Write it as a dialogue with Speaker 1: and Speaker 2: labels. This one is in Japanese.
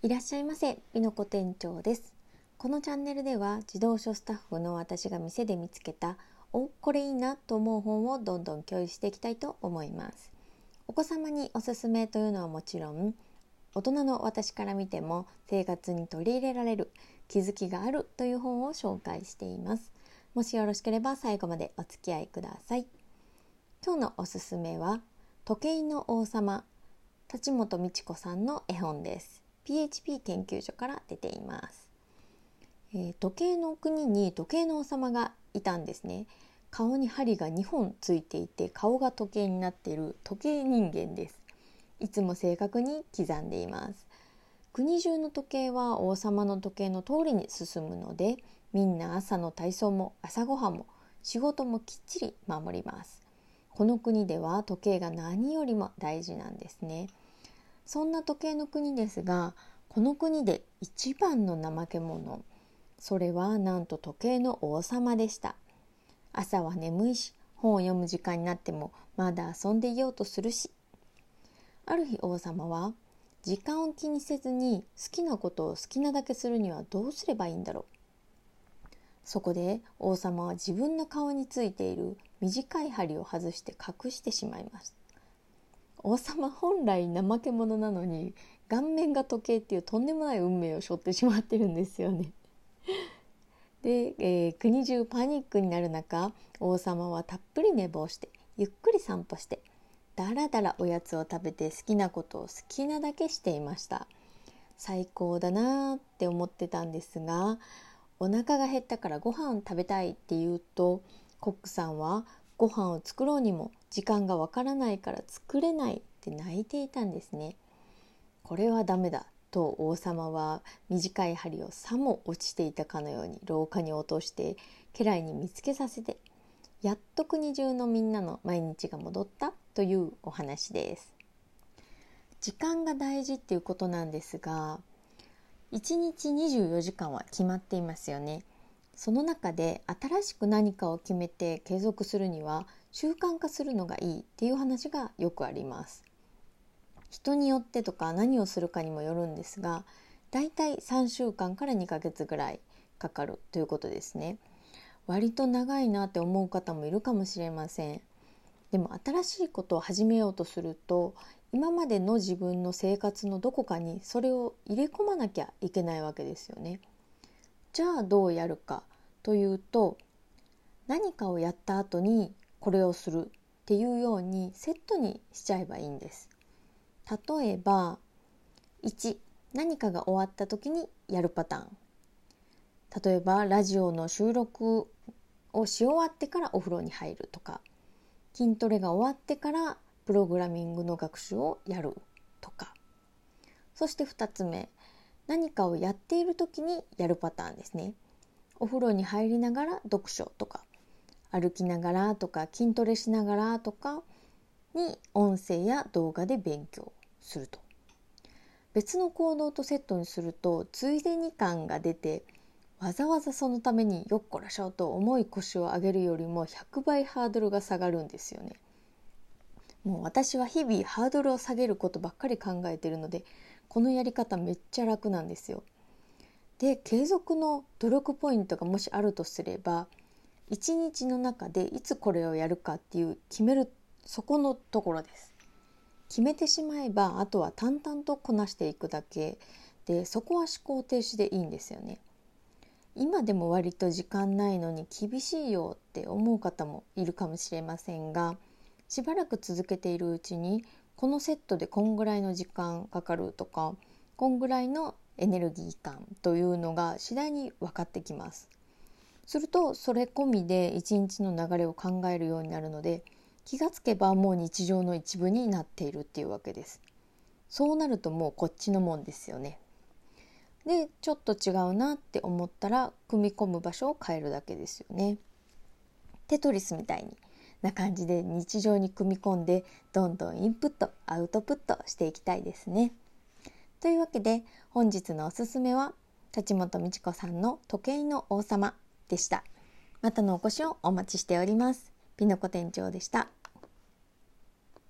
Speaker 1: いらっしゃいませ、ピノコ店長です。このチャンネルでは児童書スタッフの私が店で見つけたこれいいなと思う本をどんどん共有していきたいと思います。お子様におすすめというのはもちろん、大人の私から見ても生活に取り入れられる気づきがあるという本を紹介しています。もしよろしければ最後までお付き合いください。今日のおすすめは時計の王様、立本美智子さんの絵本です。PHP 研究所から出ています。時計の国に時計の王様がいたんですね。顔に針が2本ついていて、顔が時計になっている時計人間です。いつも正確に刻んでいます。国中の時計は王様の時計の通りに進むので、みんな朝の体操も朝ごはんも仕事もきっちり守ります。この国では時計が何よりも大事なんですね。そんな時計の国ですが、この国で一番の怠け者、それはなんと時計の王様でした。朝は眠いし、本を読む時間になってもまだ遊んでいようとするし。ある日王様は、時間を気にせずに好きなことを好きなだけするにはどうすればいいんだろう。そこで王様は自分の顔についている短い針を外して隠してしまいます。王様本来怠け者なのに、顔面が時計っていうとんでもない運命を背負ってしまってるんですよね。で、国中パニックになる中、王様はたっぷり寝坊して、ゆっくり散歩して、だらだらおやつを食べて好きなことを好きなだけしていました。最高だなって思ってたんですが、お腹が減ったからご飯を食べたいって言うと、コックさんはご飯を作ろうにも時間がわからないから作れないって泣いていたんですね。これはダメだと王様は短い針をさも落ちていたかのように廊下に落として家来に見つけさせて、やっと国中のみんなの毎日が戻ったというお話です。時間が大事っていうことなんですが、1日24時間は決まっていますよね。その中で新しく何かを決めて継続するには習慣化するのがいいっていう話がよくあります。人によってとか何をするかにもよるんですが、だいたい3週間から2ヶ月ぐらいかかるということですね。割と長いなって思う方もいるかもしれません。でも新しいことを始めようとすると、今までの自分の生活のどこかにそれを入れ込まなきゃいけないわけですよね。じゃあどうやるかというと、何かをやった後にこれをするっていうようにセットにしちゃえばいいんです。例えば、1、何かが終わった時にやるパターン。例えばラジオの収録をし終わってからお風呂に入るとか、筋トレが終わってからプログラミングの学習をやるとか。そして2つ目、何かをやっている時にやるパターンですね。お風呂に入りながら読書とか、歩きながらとか、筋トレしながらとかに音声や動画で勉強すると。別の行動とセットにするとついでに感が出て、わざわざそのためによっこらしょと重い腰を上げるよりも100倍ハードルが下がるんですよね。もう私は日々ハードルを下げることばっかり考えているので、このやり方めっちゃ楽なんですよ。で、継続の努力ポイントがもしあるとすれば、一日の中でいつこれをやるかっていう決める、そこのところです。決めてしまえば、あとは淡々とこなしていくだけで、そこは思考停止でいいんですよね。今でも割と時間ないのに厳しいよって思う方もいるかもしれませんが、しばらく続けているうちに、このセットでこんぐらいの時間かかるとか、こんぐらいのエネルギー感というのが次第に分かってきます。するとそれ込みで一日の流れを考えるようになるので、気がつけばもう日常の一部になっているっていうわけです。そうなるともうこっちのもんですよね。で、ちょっと違うなって思ったら組み込む場所を変えるだけですよね。テトリスみたいな感じで日常に組み込んで、どんどんインプットアウトプットしていきたいですね。というわけで本日のおすすめは立本美智子さんの時計の王様でした。またのお越しをお待ちしております。ピノコ店長でした。